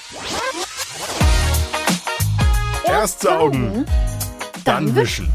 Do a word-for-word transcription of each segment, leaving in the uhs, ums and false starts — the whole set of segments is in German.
Erst saugen, dann wischen.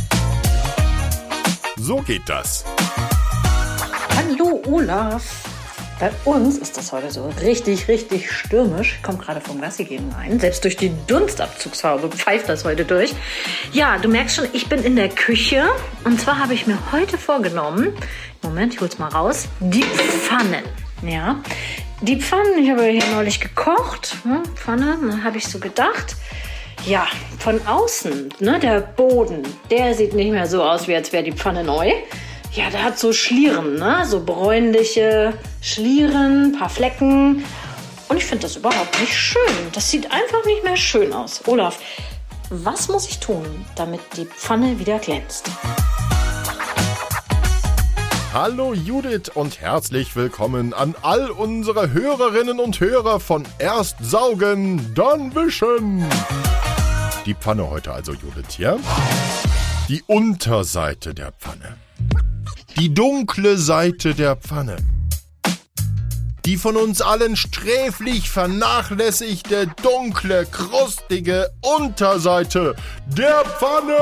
So geht das. Hallo Olaf. Bei uns ist das heute so richtig, richtig stürmisch. Ich komme gerade vom Gassi gehen rein. Selbst durch die Dunstabzugshaube pfeift das heute durch. Ja, du merkst schon, ich bin in der Küche. Und zwar habe ich mir heute vorgenommen, Moment, ich hol's mal raus, die Pfannen. Ja, die Pfannen, ich habe hier neulich gekocht. Ne, Pfanne, dann habe ich so gedacht, ja, von außen, ne, der Boden, der sieht nicht mehr so aus, wie als wäre die Pfanne neu. Ja, der hat so Schlieren, ne? So bräunliche Schlieren, paar Flecken. Und ich finde das überhaupt nicht schön. Das sieht einfach nicht mehr schön aus. Olaf, was muss ich tun, damit die Pfanne wieder glänzt? Hallo Judith und herzlich willkommen an all unsere Hörerinnen und Hörer von Erst saugen, dann wischen. Die Pfanne heute also, Judith, ja? Die Unterseite der Pfanne. Die dunkle Seite der Pfanne. Die von uns allen sträflich vernachlässigte, dunkle, krustige Unterseite der Pfanne.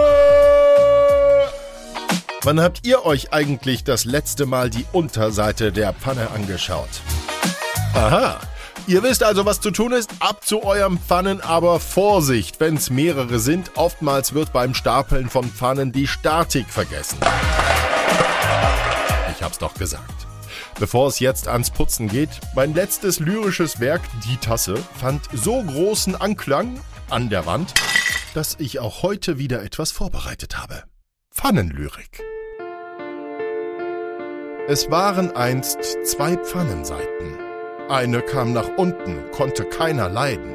Wann habt ihr euch eigentlich das letzte Mal die Unterseite der Pfanne angeschaut? Aha, ihr wisst also, was zu tun ist. Ab zu eurem Pfannen, aber Vorsicht, wenn's mehrere sind. Oftmals wird beim Stapeln von Pfannen die Statik vergessen. Ich hab's doch gesagt. Bevor es jetzt ans Putzen geht, mein letztes lyrisches Werk, Die Tasse, fand so großen Anklang an der Wand, dass ich auch heute wieder etwas vorbereitet habe. Pfannenlyrik. Es waren einst zwei Pfannenseiten. Eine kam nach unten, konnte keiner leiden.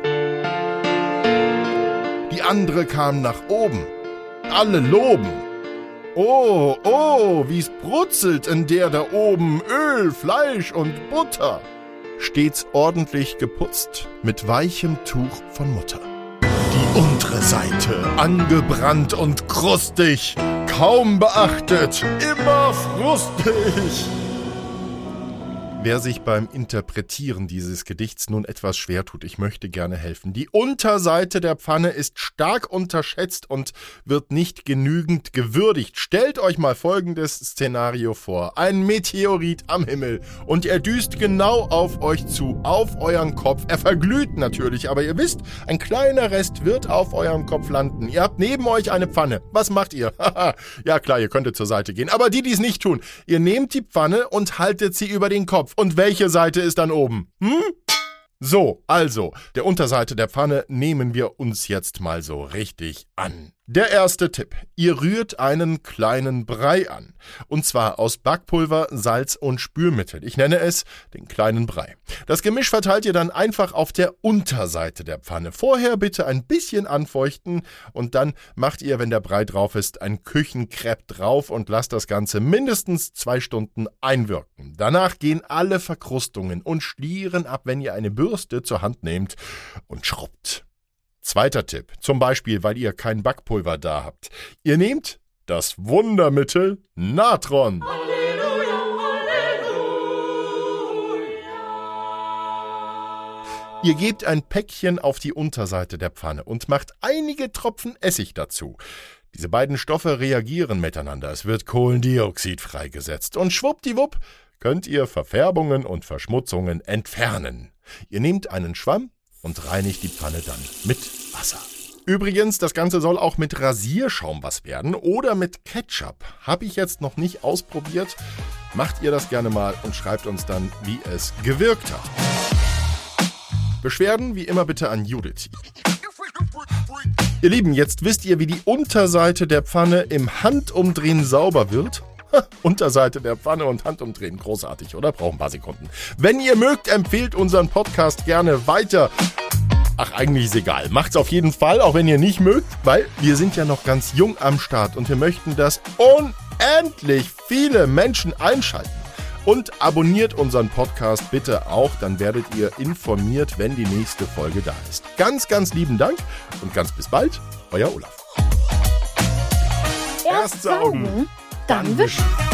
Die andere kam nach oben. Alle loben. Oh, oh, wie's brutzelt in der da oben, Öl, Fleisch und Butter. Stets ordentlich geputzt, mit weichem Tuch von Mutter. Die untere Seite, angebrannt und krustig, kaum beachtet, immer frustig. Wer sich beim Interpretieren dieses Gedichts nun etwas schwer tut, ich möchte gerne helfen. Die Unterseite der Pfanne ist stark unterschätzt und wird nicht genügend gewürdigt. Stellt euch mal folgendes Szenario vor. Ein Meteorit am Himmel und er düst genau auf euch zu, auf euren Kopf. Er verglüht natürlich, aber ihr wisst, ein kleiner Rest wird auf eurem Kopf landen. Ihr habt neben euch eine Pfanne. Was macht ihr? Ja klar, ihr könntet zur Seite gehen. Aber die, die es nicht tun, ihr nehmt die Pfanne und haltet sie über den Kopf. Und welche Seite ist dann oben? Hm? So, also, der Unterseite der Pfanne nehmen wir uns jetzt mal so richtig an. Der erste Tipp. Ihr rührt einen kleinen Brei an. Und zwar aus Backpulver, Salz und Spülmittel. Ich nenne es den kleinen Brei. Das Gemisch verteilt ihr dann einfach auf der Unterseite der Pfanne. Vorher bitte ein bisschen anfeuchten und dann macht ihr, wenn der Brei drauf ist, ein Küchenkrepp drauf und lasst das Ganze mindestens zwei Stunden einwirken. Danach gehen alle Verkrustungen und Schlieren ab, wenn ihr eine Bürste zur Hand nehmt und schrubbt. Zweiter Tipp, zum Beispiel, weil ihr kein Backpulver da habt. Ihr nehmt das Wundermittel Natron. Halleluja, Halleluja. Ihr gebt ein Päckchen auf die Unterseite der Pfanne und macht einige Tropfen Essig dazu. Diese beiden Stoffe reagieren miteinander. Es wird Kohlendioxid freigesetzt und schwuppdiwupp könnt ihr Verfärbungen und Verschmutzungen entfernen. Ihr nehmt einen Schwamm und reinigt die Pfanne dann mit Wasser. Übrigens, das Ganze soll auch mit Rasierschaum was werden oder mit Ketchup. Habe ich jetzt noch nicht ausprobiert. Macht ihr das gerne mal und schreibt uns dann, wie es gewirkt hat. Beschwerden wie immer bitte an Judith. Ihr Lieben, jetzt wisst ihr, wie die Unterseite der Pfanne im Handumdrehen sauber wird. Unterseite der Pfanne und Handumdrehen. Großartig, oder? Braucht ein paar Sekunden. Wenn ihr mögt, empfehlt unseren Podcast gerne weiter. Ach, eigentlich ist egal. Macht's auf jeden Fall, auch wenn ihr nicht mögt, weil wir sind ja noch ganz jung am Start und wir möchten, dass unendlich viele Menschen einschalten. Und abonniert unseren Podcast bitte auch, dann werdet ihr informiert, wenn die nächste Folge da ist. Ganz, ganz lieben Dank und ganz bis bald, euer Olaf. Erst saugen, dann wischen.